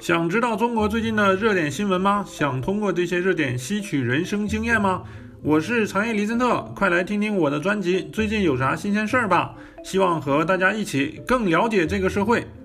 想知道中国最近的热点新闻吗？想通过这些热点吸取人生经验吗？我是长夜李森特，快来听听我的专辑，最近有啥新鲜事儿吧？希望和大家一起更了解这个社会。